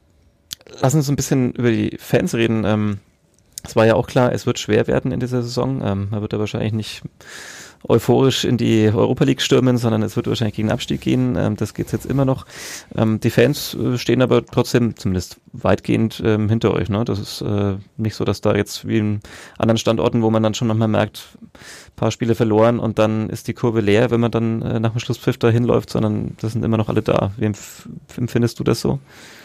lass uns ein bisschen über die Fans reden. Ähm, es war ja auch klar, es wird schwer werden in dieser Saison. Ähm, man wird da wahrscheinlich nicht euphorisch in die Europa League stürmen, sondern es wird wahrscheinlich gegen den Abstieg gehen. Ähm, das geht's jetzt immer noch. Ähm, die Fans äh, stehen aber trotzdem zumindest weitgehend ähm, hinter euch. Ne? Das ist äh, nicht so, dass da jetzt wie in anderen Standorten, wo man dann schon nochmal merkt, ein paar Spiele verloren und dann ist die Kurve leer, wenn man dann äh, nach dem Schlusspfiff da hinläuft, sondern das sind immer noch alle da. Wie empf- empfindest du das so?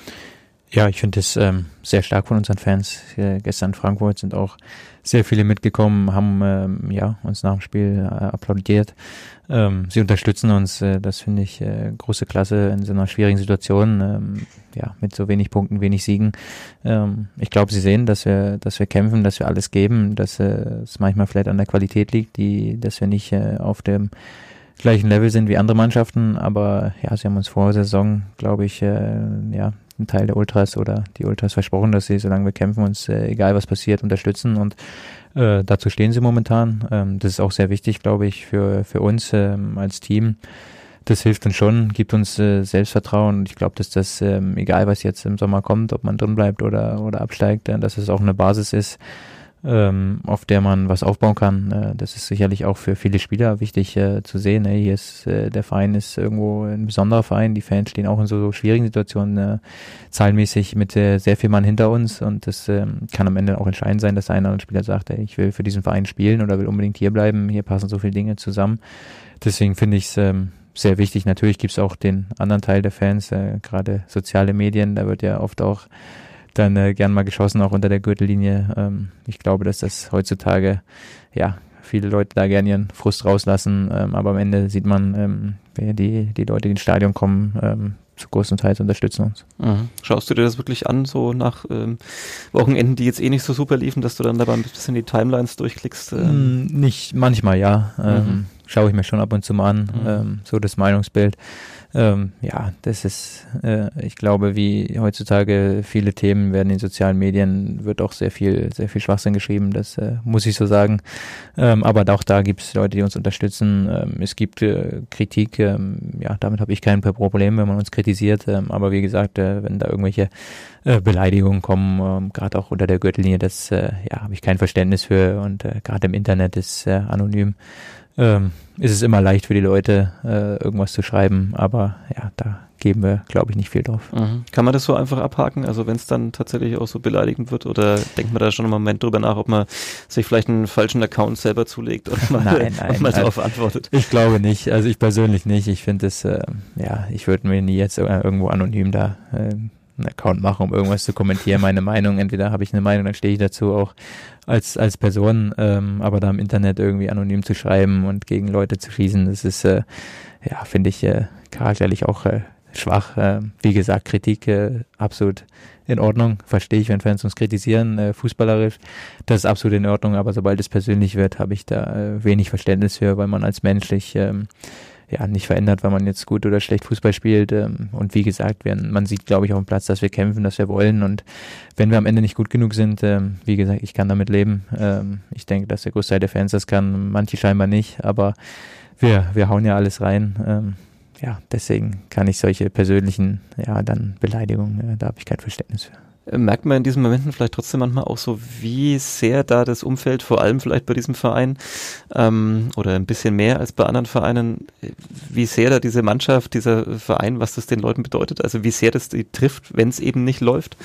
Ja, ich finde es ähm, sehr stark von unseren Fans. Äh, gestern in Frankfurt sind auch sehr viele mitgekommen, haben ähm, ja uns nach dem Spiel äh, applaudiert. Ähm, sie unterstützen uns, äh, das finde ich äh, große Klasse in so einer schwierigen Situation. Ähm, ja, mit so wenig Punkten, wenig Siegen. Ähm, ich glaube, sie sehen, dass wir, dass wir kämpfen, dass wir alles geben, dass äh, es manchmal vielleicht an der Qualität liegt, die, dass wir nicht äh, auf dem gleichen Level sind wie andere Mannschaften. Aber ja, sie haben uns vor der Saison, glaube ich, äh, ja ein Teil der Ultras oder die Ultras versprochen, dass sie, solange wir kämpfen, uns, äh, egal was passiert, unterstützen und äh, dazu stehen sie momentan. Ähm, das ist auch sehr wichtig, glaube ich, für für uns ähm, als Team. Das hilft uns schon, gibt uns äh, Selbstvertrauen und ich glaube, dass das, ähm, egal was jetzt im Sommer kommt, ob man drin bleibt oder oder absteigt, äh, dass es auch eine Basis ist, ähm, auf der man was aufbauen kann. Äh, das ist sicherlich auch für viele Spieler wichtig äh, zu sehen. Ey, hier ist äh, der Verein ist irgendwo ein besonderer Verein. Die Fans stehen auch in so, so schwierigen Situationen äh, zahlenmäßig mit äh, sehr viel Mann hinter uns und das ähm, kann am Ende auch entscheidend sein, dass einer oder Spieler sagt, ey, ich will für diesen Verein spielen oder will unbedingt hier bleiben. Hier passen so viele Dinge zusammen. Deswegen finde ich es ähm, sehr wichtig. Natürlich gibt es auch den anderen Teil der Fans, äh, gerade soziale Medien. Da wird ja oft auch dann äh, gern mal geschossen, auch unter der Gürtellinie. Ähm, ich glaube, dass das heutzutage, ja, viele Leute da gern ihren Frust rauslassen, ähm, aber am Ende sieht man, ähm, wer die, die Leute, die ins Stadion kommen, ähm, zu großen Teils unterstützen uns. Mhm. Schaust du dir das wirklich an, so nach ähm, Wochenenden, die jetzt eh nicht so super liefen, dass du dann dabei ein bisschen die Timelines durchklickst? Ähm? Nicht, manchmal ja. Ähm, mhm. Schaue ich mir schon ab und zu mal an, mhm. ähm, so das Meinungsbild. Ähm, ja, das ist, äh, ich glaube, wie heutzutage viele Themen werden in sozialen Medien, wird auch sehr viel, sehr viel Schwachsinn geschrieben, das äh, muss ich so sagen. Ähm, aber auch da gibt es Leute, die uns unterstützen. Ähm, es gibt äh, Kritik, ähm, ja, damit habe ich kein Problem, wenn man uns kritisiert. Ähm, aber wie gesagt, äh, wenn da irgendwelche äh, Beleidigungen kommen, ähm, gerade auch unter der Gürtellinie, das äh, ja, habe ich kein Verständnis für und äh, gerade im Internet ist äh, anonym. ähm, ist es immer leicht für die Leute, äh, irgendwas zu schreiben, aber ja, da geben wir, glaube ich, nicht viel drauf. Mhm. Kann man das so einfach abhaken, also wenn es dann tatsächlich auch so beleidigend wird, oder denkt man da schon einen Moment drüber nach, ob man sich vielleicht einen falschen Account selber zulegt oder mal, nein, nein, und mal also, darauf antwortet? Ich glaube nicht, also ich persönlich nicht. Ich finde es, äh, ja, ich würde mir nie jetzt irgendwo anonym da äh, einen Account machen, um irgendwas zu kommentieren, meine Meinung. Entweder habe ich eine Meinung, dann stehe ich dazu auch als als Person, ähm, aber da im Internet irgendwie anonym zu schreiben und gegen Leute zu schießen, das ist, äh, ja, finde ich äh, charakterlich auch äh, schwach. Äh, wie gesagt, Kritik äh, absolut in Ordnung. Verstehe ich, wenn Fans uns kritisieren, äh, fußballerisch. Das ist absolut in Ordnung, aber sobald es persönlich wird, habe ich da äh, wenig Verständnis für, weil man als menschlich ähm, ja nicht verändert, weil man jetzt gut oder schlecht Fußball spielt. Ähm, und wie gesagt, wir, man sieht, glaube ich, auf dem Platz, dass wir kämpfen, dass wir wollen. Und wenn wir am Ende nicht gut genug sind, ähm, wie gesagt, ich kann damit leben. Ähm, ich denke, dass der Großteil der Fans das kann, manche scheinbar nicht, aber wir, wir hauen ja alles rein. Ähm, Ja, deswegen kann ich solche persönlichen, ja, dann Beleidigungen, äh, da habe ich kein Verständnis für. Merkt man in diesen Momenten vielleicht trotzdem manchmal auch so, wie sehr da das Umfeld, vor allem vielleicht bei diesem Verein, ähm, oder ein bisschen mehr als bei anderen Vereinen, wie sehr da diese Mannschaft, dieser Verein, was das den Leuten bedeutet, also wie sehr das die trifft, wenn es eben nicht läuft?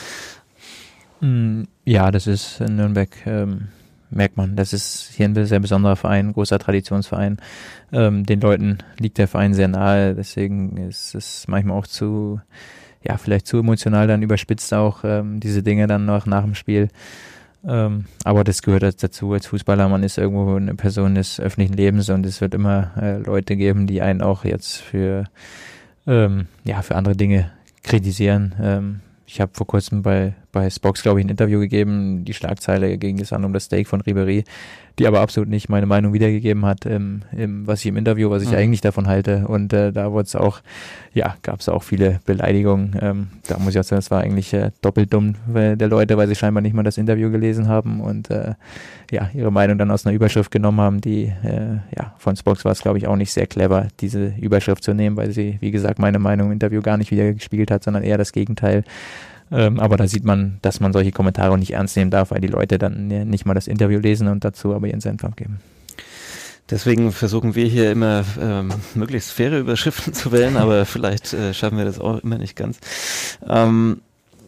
Ja, das ist in Nürnberg, ähm, merkt man, das ist hier ein sehr besonderer Verein, ein großer Traditionsverein. Ähm, den Leuten liegt der Verein sehr nahe, deswegen ist es manchmal auch zu, ja, vielleicht zu emotional dann überspitzt auch, ähm, diese Dinge dann noch nach dem Spiel. Ähm, aber das gehört dazu als Fußballer, man ist irgendwo eine Person des öffentlichen Lebens und es wird immer äh, Leute geben, die einen auch jetzt für, ähm, ja, für andere Dinge kritisieren. Ähm, Ich habe vor kurzem bei, bei Spox, glaube ich, ein Interview gegeben, die Schlagzeile ging es an um das Steak von Ribéry, die aber absolut nicht meine Meinung wiedergegeben hat, im, im, was ich im Interview, was ich mhm. eigentlich davon halte. Und äh, da wurde es auch, ja, gab es auch viele Beleidigungen. Ähm, da muss ich auch sagen, das war eigentlich äh, doppelt dumm weil, der Leute, weil sie scheinbar nicht mal das Interview gelesen haben und äh, ja, ihre Meinung dann aus einer Überschrift genommen haben, die, äh, ja, von Spox war es, glaube ich, auch nicht sehr clever, diese Überschrift zu nehmen, weil sie, wie gesagt, meine Meinung im Interview gar nicht wiedergespiegelt hat, sondern eher das Gegenteil. Ähm, aber da sieht man, dass man solche Kommentare nicht ernst nehmen darf, weil die Leute dann nicht mal das Interview lesen und dazu aber ihren Senf abgeben. Deswegen versuchen wir hier immer ähm, möglichst faire Überschriften zu wählen, aber vielleicht äh, schaffen wir das auch immer nicht ganz. Ähm,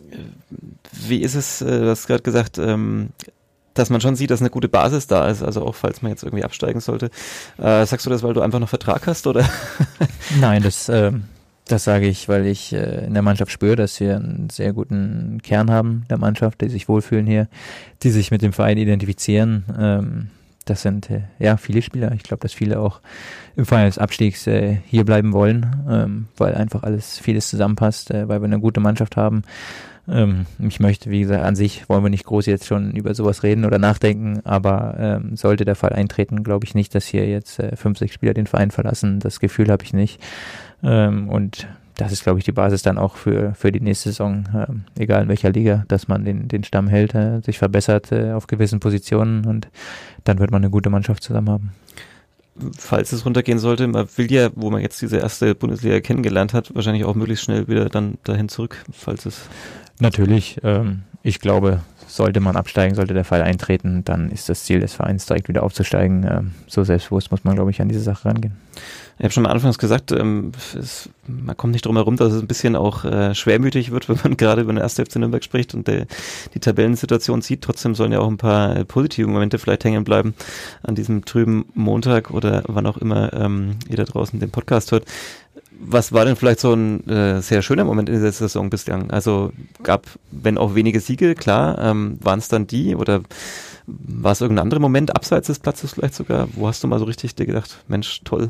wie ist es, äh, du hast gerade gesagt, ähm, dass man schon sieht, dass eine gute Basis da ist, also auch falls man jetzt irgendwie absteigen sollte. Äh, sagst du das, weil du einfach noch Vertrag hast, oder? Nein, das... Ähm Das sage ich, weil ich äh, in der Mannschaft spüre, dass wir einen sehr guten Kern haben der Mannschaft, die sich wohlfühlen hier, die sich mit dem Verein identifizieren. Ähm, das sind äh, ja viele Spieler. Ich glaube, dass viele auch im Fall des Abstiegs äh, hier bleiben wollen, ähm, weil einfach alles, vieles zusammenpasst, äh, weil wir eine gute Mannschaft haben. Ähm, ich möchte, wie gesagt, an sich wollen wir nicht groß jetzt schon über sowas reden oder nachdenken, aber ähm, sollte der Fall eintreten, glaube ich nicht, dass hier jetzt äh, fünf, sechs Spieler den Verein verlassen. Das Gefühl habe ich nicht. Ähm, und das ist, glaube ich, die Basis dann auch für für die nächste Saison, ähm, egal in welcher Liga, dass man den den Stamm hält, äh, sich verbessert äh, auf gewissen Positionen und dann wird man eine gute Mannschaft zusammen haben. Falls es runtergehen sollte, man will ja, wo man jetzt diese erste Bundesliga kennengelernt hat, wahrscheinlich auch möglichst schnell wieder dann dahin zurück, falls es... Natürlich, ähm, ich glaube, sollte man absteigen, sollte der Fall eintreten, dann ist das Ziel des Vereins direkt wieder aufzusteigen. Ähm, so selbstbewusst muss man, glaube ich, an diese Sache rangehen. Ich habe schon mal anfangs gesagt, ähm, es, man kommt nicht drum herum, dass es ein bisschen auch äh, schwermütig wird, wenn man gerade über den ersten F C Nürnberg spricht und der, die Tabellensituation sieht. Trotzdem sollen ja auch ein paar äh, positive Momente vielleicht hängen bleiben an diesem trüben Montag oder wann auch immer ähm, ihr da draußen den Podcast hört. Was war denn vielleicht so ein äh, sehr schöner Moment in dieser Saison bislang? Also gab, wenn auch wenige Siege, klar, ähm, waren es dann die oder war es irgendein anderer Moment abseits des Platzes vielleicht sogar? Wo hast du mal so richtig dir gedacht, Mensch, toll?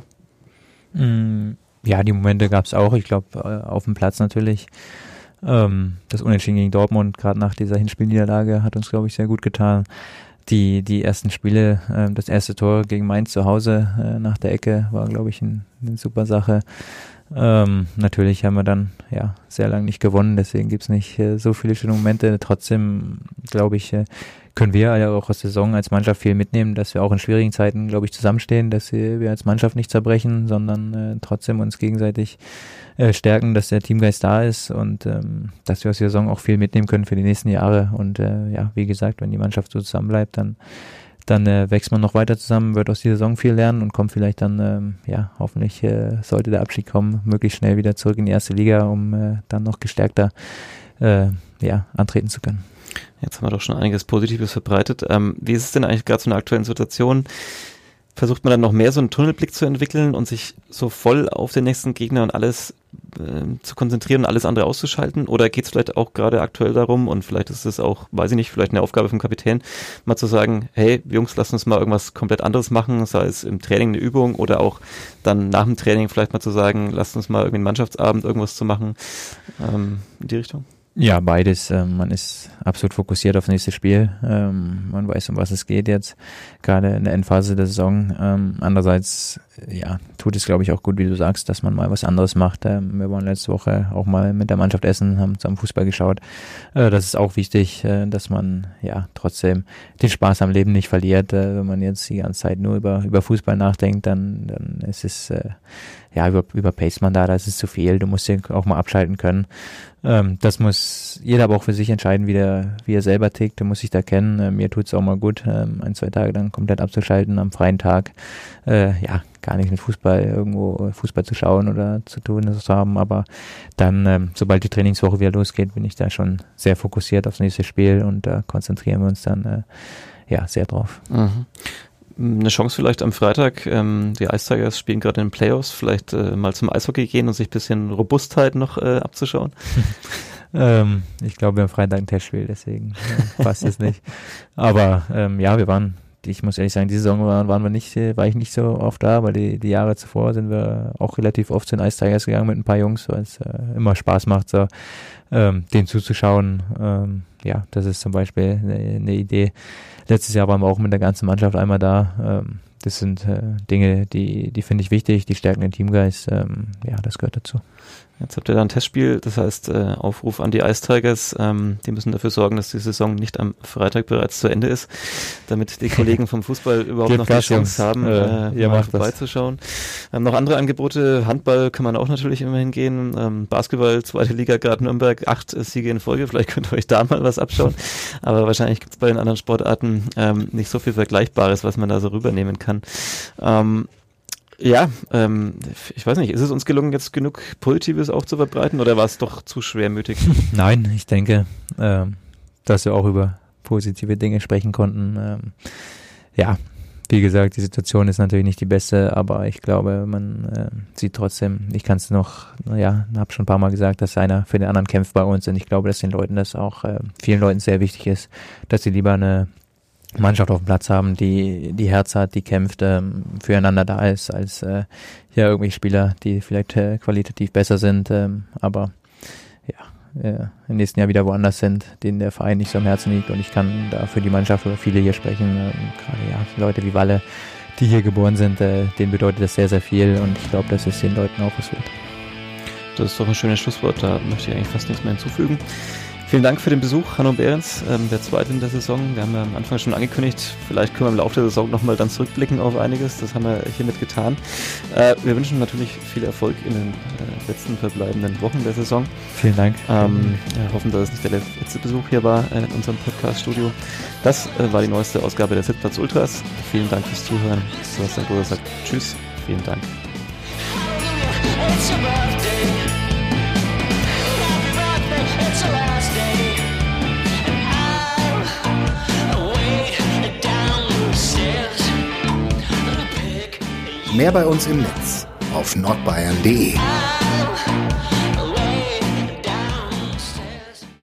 Ja, die Momente gab es auch. Ich glaube, auf dem Platz natürlich. Ähm, das Unentschieden gegen Dortmund, gerade nach dieser Hinspielniederlage, hat uns, glaube ich, sehr gut getan. Die die ersten Spiele, äh, das erste Tor gegen Mainz zu Hause äh, nach der Ecke war, glaube ich, ein, eine super Sache. Ähm, natürlich haben wir dann ja sehr lange nicht gewonnen, deswegen gibt's nicht äh, so viele schöne Momente. Trotzdem, glaube ich, äh, können wir ja auch aus der Saison als Mannschaft viel mitnehmen, dass wir auch in schwierigen Zeiten, glaube ich, zusammenstehen, dass wir als Mannschaft nicht zerbrechen, sondern äh, trotzdem uns gegenseitig äh, stärken, dass der Teamgeist da ist und ähm, dass wir aus der Saison auch viel mitnehmen können für die nächsten Jahre. Und äh, ja, wie gesagt, wenn die Mannschaft so zusammenbleibt, dann dann äh, wächst man noch weiter zusammen, wird aus dieser Saison viel lernen und kommt vielleicht dann, ähm, ja, hoffentlich äh, sollte der Abstieg kommen, möglichst schnell wieder zurück in die erste Liga, um äh, dann noch gestärkter äh, ja, antreten zu können. Jetzt haben wir doch schon einiges Positives verbreitet. Ähm, wie ist es denn eigentlich gerade zu einer aktuellen Situation? Versucht man dann noch mehr so einen Tunnelblick zu entwickeln und sich so voll auf den nächsten Gegner und alles äh, zu konzentrieren und alles andere auszuschalten? Oder geht es vielleicht auch gerade aktuell darum, und vielleicht ist es auch, weiß ich nicht, vielleicht eine Aufgabe vom Kapitän, mal zu sagen, hey Jungs, lasst uns mal irgendwas komplett anderes machen, sei es im Training eine Übung oder auch dann nach dem Training vielleicht mal zu sagen, lasst uns mal irgendwie einen Mannschaftsabend irgendwas zu machen, ähm, in die Richtung? Ja, beides. Ähm, man ist absolut fokussiert auf das nächste Spiel. Ähm, man weiß, um was es geht jetzt, gerade in der Endphase der Saison. Ähm, andererseits, ja, tut es, glaube ich, auch gut, wie du sagst, dass man mal was anderes macht. Ähm, wir waren letzte Woche auch mal mit der Mannschaft essen, haben zusammen Fußball geschaut. Äh, das ist auch wichtig, äh, dass man ja trotzdem den Spaß am Leben nicht verliert. Äh, wenn man jetzt die ganze Zeit nur über über Fußball nachdenkt, dann dann ist es äh, ja, über, überpaced man da, das ist zu viel, du musst ja auch mal abschalten können. Ähm, das muss jeder aber auch für sich entscheiden, wie, der, wie er selber tickt, der muss sich da kennen. Äh, mir tut's auch mal gut, ähm, ein, zwei Tage dann komplett abzuschalten am freien Tag. Äh, ja, gar nichts mit Fußball, irgendwo Fußball zu schauen oder zu tun, das zu haben, aber dann, ähm, sobald die Trainingswoche wieder losgeht, bin ich da schon sehr fokussiert aufs nächste Spiel und da konzentrieren wir uns dann äh, ja sehr drauf. Mhm. Eine Chance vielleicht am Freitag, ähm, die Ice Tigers spielen gerade in den Playoffs, vielleicht äh, mal zum Eishockey gehen und sich ein bisschen Robustheit noch äh, abzuschauen? ähm, ich glaube, wir haben Freitag ein Testspiel, deswegen äh, passt es nicht. Aber ähm, ja, wir waren, ich muss ehrlich sagen, diese Saison waren, waren wir nicht, war ich nicht so oft da, aber die, die Jahre zuvor sind wir auch relativ oft zu den Ice Tigers gegangen mit ein paar Jungs, weil es äh, immer Spaß macht, so ähm, denen zuzuschauen. Ähm, ja, das ist zum Beispiel eine, eine Idee. Letztes Jahr waren wir auch mit der ganzen Mannschaft einmal da. Ähm, das sind äh, Dinge, die, die finde ich wichtig, die stärken den Teamgeist. Ähm, ja, das gehört dazu. Jetzt habt ihr da ein Testspiel, das heißt äh, Aufruf an die Ice Tigers, ähm, die müssen dafür sorgen, dass die Saison nicht am Freitag bereits zu Ende ist, damit die Kollegen vom Fußball überhaupt noch die Chance Jungs. haben, äh, äh, mal vorbeizuschauen. Ähm, noch andere Angebote, Handball kann man auch natürlich immer hingehen, ähm, Basketball, zweite Liga, gerade Nürnberg, acht Siege in Folge, vielleicht könnt ihr euch da mal was abschauen, aber wahrscheinlich gibt es bei den anderen Sportarten ähm, nicht so viel Vergleichbares, was man da so rübernehmen kann. Ähm, Ja, ähm, ich weiß nicht, ist es uns gelungen, jetzt genug Positives auch zu verbreiten oder war es doch zu schwermütig? Nein, ich denke, ähm, dass wir auch über positive Dinge sprechen konnten. Ähm, ja, wie gesagt, die Situation ist natürlich nicht die beste, aber ich glaube, man äh, sieht trotzdem, ich kann es noch, ja, habe schon ein paar Mal gesagt, dass einer für den anderen kämpft bei uns und ich glaube, dass den Leuten das auch, äh, vielen Leuten sehr wichtig ist, dass sie lieber eine Mannschaft auf dem Platz haben, die die Herz hat, die kämpft, ähm, füreinander da ist, als äh, ja irgendwelche Spieler, die vielleicht äh, qualitativ besser sind, ähm, aber ja, äh, im nächsten Jahr wieder woanders sind, denen der Verein nicht so am Herzen liegt und ich kann da für die Mannschaft oder viele hier sprechen, äh, gerade ja Leute wie Walle, die hier geboren sind, äh, denen bedeutet das sehr, sehr viel und ich glaube, dass es den Leuten auch was wird. Das ist doch ein schönes Schlusswort, da möchte ich eigentlich fast nichts mehr hinzufügen. Vielen Dank für den Besuch, Hanno Behrens, ähm, der zweite in der Saison. Wir haben ja am Anfang schon angekündigt, vielleicht können wir im Laufe der Saison nochmal dann zurückblicken auf einiges. Das haben wir hiermit getan. Äh, wir wünschen natürlich viel Erfolg in den äh, letzten verbleibenden Wochen der Saison. Vielen Dank. Ähm, wir hoffen, dass es nicht der letzte Besuch hier war in unserem Podcast-Studio. Das äh, war die neueste Ausgabe der Sitzplatz Ultras. Vielen Dank fürs Zuhören. Sebastian Gloser sagt Tschüss. Vielen Dank. It's your birthday. Happy birthday. It's your last day. And I'll wait down the stairs. Mehr bei uns im Netz auf nordbayern punkt de.